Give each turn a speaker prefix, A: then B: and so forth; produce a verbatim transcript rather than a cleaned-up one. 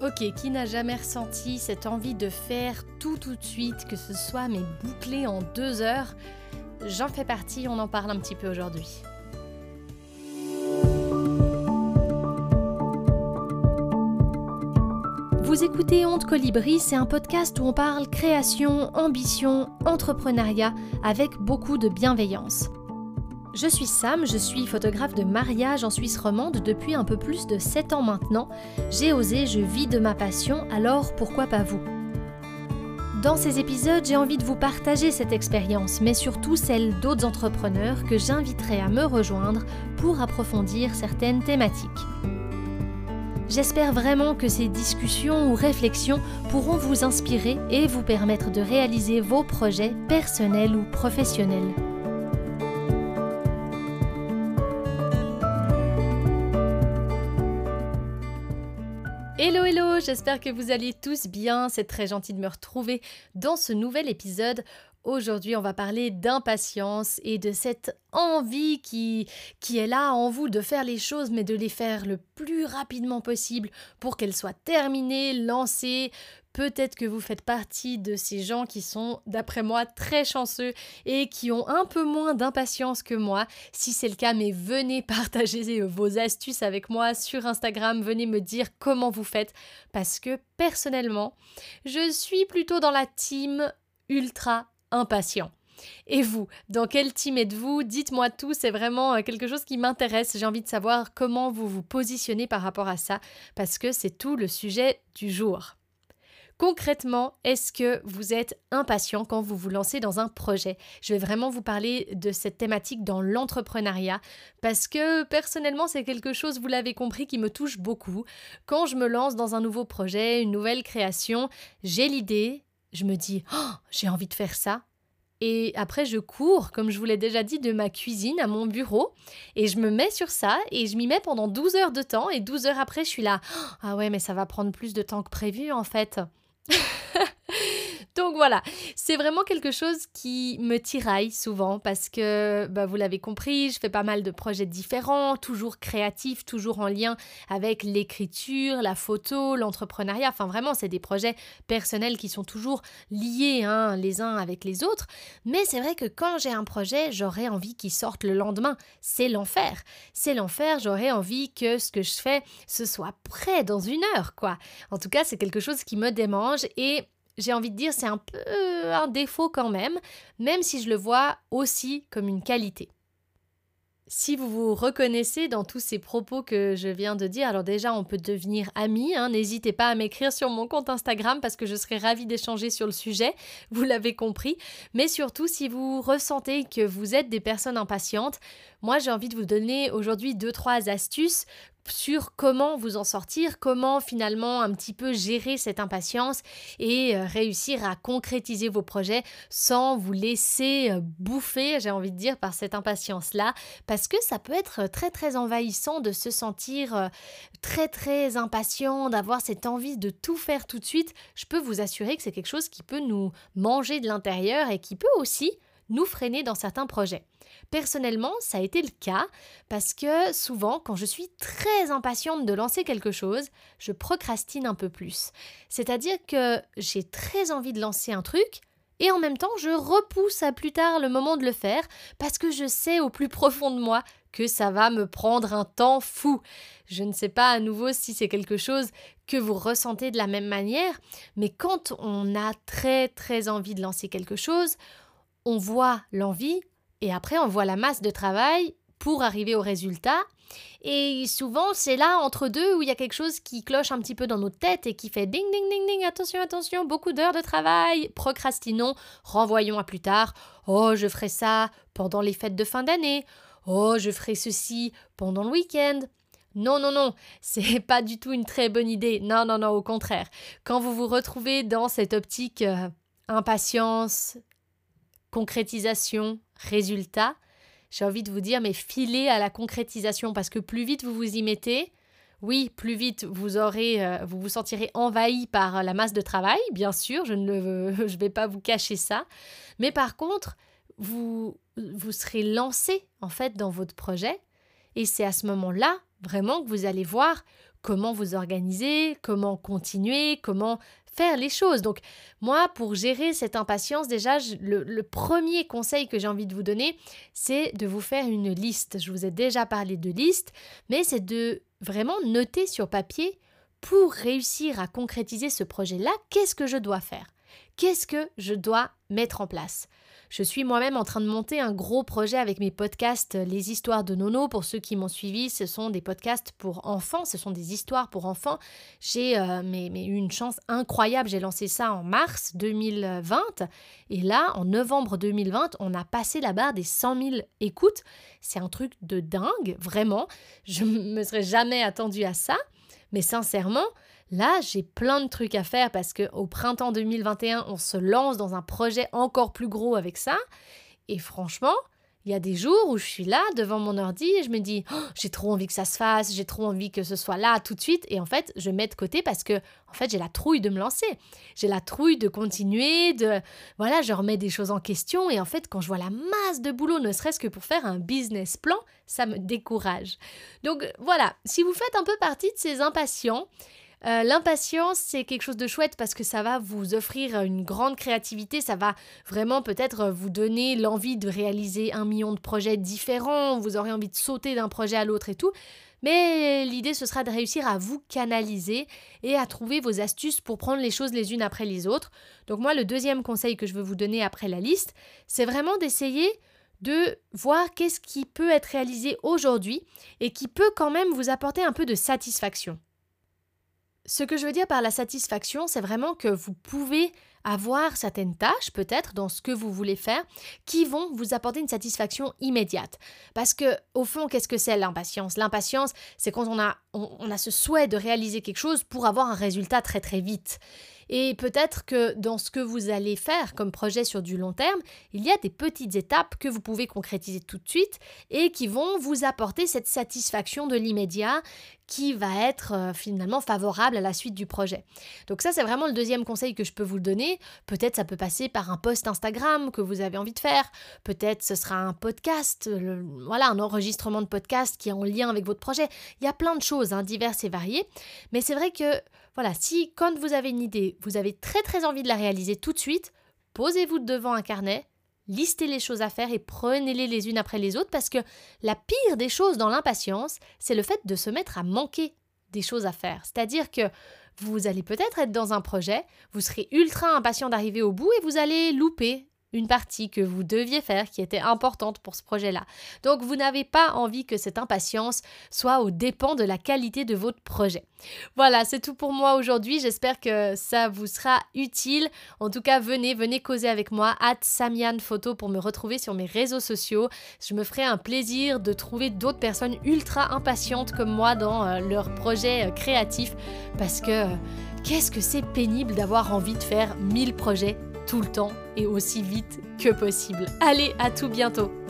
A: Ok, qui n'a jamais ressenti cette envie de faire tout tout de suite, que ce soit mais bouclé en deux heures? J'en fais partie, on en parle un petit peu aujourd'hui. Vous écoutez Honte Colibri, c'est un podcast où on parle création, ambition, entrepreneuriat avec beaucoup de bienveillance. Je suis Sam, je suis photographe de mariage en Suisse romande depuis un peu plus de sept ans maintenant. J'ai osé, je vis de ma passion, alors pourquoi pas vous? Dans ces épisodes, j'ai envie de vous partager cette expérience, mais surtout celle d'autres entrepreneurs que j'inviterai à me rejoindre pour approfondir certaines thématiques. J'espère vraiment que ces discussions ou réflexions pourront vous inspirer et vous permettre de réaliser vos projets personnels ou professionnels. Hello hello, j'espère que vous allez tous bien, c'est très gentil de me retrouver dans ce nouvel épisode. Aujourd'hui, on va parler d'impatience et de cette envie qui, qui est là en vous de faire les choses, mais de les faire le plus rapidement possible pour qu'elles soient terminées, lancées. Peut-être que vous faites partie de ces gens qui sont, d'après moi, très chanceux et qui ont un peu moins d'impatience que moi. Si c'est le cas, mais venez partager vos astuces avec moi sur Instagram, venez me dire comment vous faites, parce que personnellement, je suis plutôt dans la team ultra impatient. Et vous, dans quel team êtes-vous? Dites-moi tout, c'est vraiment quelque chose qui m'intéresse. J'ai envie de savoir comment vous vous positionnez par rapport à ça, parce que c'est tout le sujet du jour. Concrètement, est-ce que vous êtes impatient quand vous vous lancez dans un projet? Je vais vraiment vous parler de cette thématique dans l'entrepreneuriat parce que personnellement, c'est quelque chose, vous l'avez compris, qui me touche beaucoup. Quand je me lance dans un nouveau projet, une nouvelle création, j'ai l'idée, je me dis oh, « j'ai envie de faire ça ». Et après, je cours, comme je vous l'ai déjà dit, de ma cuisine à mon bureau et je me mets sur ça et je m'y mets pendant douze heures de temps et douze heures après, je suis là « ah ouais, mais ça va prendre plus de temps que prévu en fait ». Donc voilà, c'est vraiment quelque chose qui me tiraille souvent parce que, bah, vous l'avez compris, je fais pas mal de projets différents, toujours créatifs, toujours en lien avec l'écriture, la photo, l'entrepreneuriat. Enfin vraiment, c'est des projets personnels qui sont toujours liés hein, les uns avec les autres. Mais c'est vrai que quand j'ai un projet, j'aurais envie qu'il sorte le lendemain. C'est l'enfer. C'est l'enfer, j'aurais envie que ce que je fais, ce soit prêt dans une heure, quoi. En tout cas, c'est quelque chose qui me démange et j'ai envie de dire c'est un peu un défaut quand même, même si je le vois aussi comme une qualité. Si vous vous reconnaissez dans tous ces propos que je viens de dire, alors déjà on peut devenir amis, hein, n'hésitez pas à m'écrire sur mon compte Instagram parce que je serai ravie d'échanger sur le sujet, vous l'avez compris, mais surtout si vous ressentez que vous êtes des personnes impatientes, moi j'ai envie de vous donner aujourd'hui deux trois astuces sur comment vous en sortir, comment finalement un petit peu gérer cette impatience et euh, réussir à concrétiser vos projets sans vous laisser euh, bouffer, j'ai envie de dire, par cette impatience-là, parce que ça peut être très très envahissant de se sentir euh, très très impatient, d'avoir cette envie de tout faire tout de suite. Je peux vous assurer que c'est quelque chose qui peut nous manger de l'intérieur et qui peut aussi nous freiner dans certains projets. Personnellement, ça a été le cas parce que souvent, quand je suis très impatiente de lancer quelque chose, je procrastine un peu plus. C'est-à-dire que j'ai très envie de lancer un truc et en même temps, je repousse à plus tard le moment de le faire parce que je sais au plus profond de moi que ça va me prendre un temps fou. Je ne sais pas à nouveau si c'est quelque chose que vous ressentez de la même manière, mais quand on a très très envie de lancer quelque chose, on voit l'envie et après on voit la masse de travail pour arriver au résultat. Et souvent, c'est là, entre deux, où il y a quelque chose qui cloche un petit peu dans notre tête et qui fait ding, ding, ding, ding, attention, attention, beaucoup d'heures de travail, procrastinons, renvoyons à plus tard. Oh, je ferai ça pendant les fêtes de fin d'année. Oh, je ferai ceci pendant le week-end. Non, non, non, c'est pas du tout une très bonne idée. Non, non, non, au contraire. Quand vous vous retrouvez dans cette optique euh, impatience, concrétisation, résultat, j'ai envie de vous dire, mais filez à la concrétisation parce que plus vite vous vous y mettez, oui, plus vite vous aurez, euh, vous vous sentirez envahi par la masse de travail, bien sûr, je ne je vais pas vous cacher ça, mais par contre, vous, vous serez lancé en fait dans votre projet et c'est à ce moment-là vraiment que vous allez voir comment vous organiser, comment continuer, comment faire les choses. Donc moi, pour gérer cette impatience, déjà, je- le, le premier conseil que j'ai envie de vous donner, c'est de vous faire une liste. Je vous ai déjà parlé de liste, mais c'est de vraiment noter sur papier pour réussir à concrétiser ce projet-là, qu'est-ce que je dois faire? Qu'est-ce que je dois mettre en place? Je suis moi-même en train de monter un gros projet avec mes podcasts Les Histoires de Nono. Pour ceux qui m'ont suivi, ce sont des podcasts pour enfants, ce sont des histoires pour enfants. J'ai euh, mais, mais eu une chance incroyable, j'ai lancé ça en mars deux mille vingt et là, en novembre deux mille vingt, on a passé la barre des cent mille écoutes. C'est un truc de dingue, vraiment. Je ne me serais jamais attendue à ça, mais sincèrement, là, j'ai plein de trucs à faire parce qu'au printemps deux mille vingt et un, on se lance dans un projet encore plus gros avec ça. Et franchement, il y a des jours où je suis là devant mon ordi et je me dis oh, j'ai trop envie que ça se fasse, j'ai trop envie que ce soit là tout de suite. Et en fait, je mets de côté parce que en fait, j'ai la trouille de me lancer. J'ai la trouille de continuer, de voilà, je remets des choses en question. Et en fait, quand je vois la masse de boulot, ne serait-ce que pour faire un business plan, ça me décourage. Donc voilà, si vous faites un peu partie de ces impatients, Euh, l'impatience, c'est quelque chose de chouette parce que ça va vous offrir une grande créativité, ça va vraiment peut-être vous donner l'envie de réaliser un million de projets différents, vous aurez envie de sauter d'un projet à l'autre et tout. Mais l'idée, ce sera de réussir à vous canaliser et à trouver vos astuces pour prendre les choses les unes après les autres. Donc moi, le deuxième conseil que je veux vous donner après la liste, c'est vraiment d'essayer de voir qu'est-ce qui peut être réalisé aujourd'hui et qui peut quand même vous apporter un peu de satisfaction. Ce que je veux dire par la satisfaction, c'est vraiment que vous pouvez avoir certaines tâches, peut-être, dans ce que vous voulez faire, qui vont vous apporter une satisfaction immédiate. Parce que, au fond, qu'est-ce que c'est l'impatience? L'impatience, c'est quand on a, on, on a ce souhait de réaliser quelque chose pour avoir un résultat très très vite. Et peut-être que dans ce que vous allez faire comme projet sur du long terme, il y a des petites étapes que vous pouvez concrétiser tout de suite et qui vont vous apporter cette satisfaction de l'immédiat qui va être euh, finalement favorable à la suite du projet. Donc ça, c'est vraiment le deuxième conseil que je peux vous donner. Peut-être ça peut passer par un post Instagram que vous avez envie de faire. Peut-être ce sera un podcast, le, voilà, un enregistrement de podcast qui est en lien avec votre projet. Il y a plein de choses hein, diverses et variées. Mais c'est vrai que voilà, si quand vous avez une idée, vous avez très très envie de la réaliser tout de suite, posez-vous devant un carnet, listez les choses à faire et prenez-les les unes après les autres parce que la pire des choses dans l'impatience, c'est le fait de se mettre à manquer des choses à faire. C'est-à-dire que vous allez peut-être être dans un projet, vous serez ultra impatient d'arriver au bout et vous allez louper une partie que vous deviez faire qui était importante pour ce projet-là. Donc vous n'avez pas envie que cette impatience soit aux dépens de la qualité de votre projet. Voilà, c'est tout pour moi aujourd'hui. J'espère que ça vous sera utile. En tout cas, venez, venez causer avec moi, arobase samian photo pour me retrouver sur mes réseaux sociaux. Je me ferai un plaisir de trouver d'autres personnes ultra impatientes comme moi dans euh, leurs projets euh, créatifs parce que euh, qu'est-ce que c'est pénible d'avoir envie de faire mille projets tout le temps et aussi vite que possible. Allez, à tout bientôt!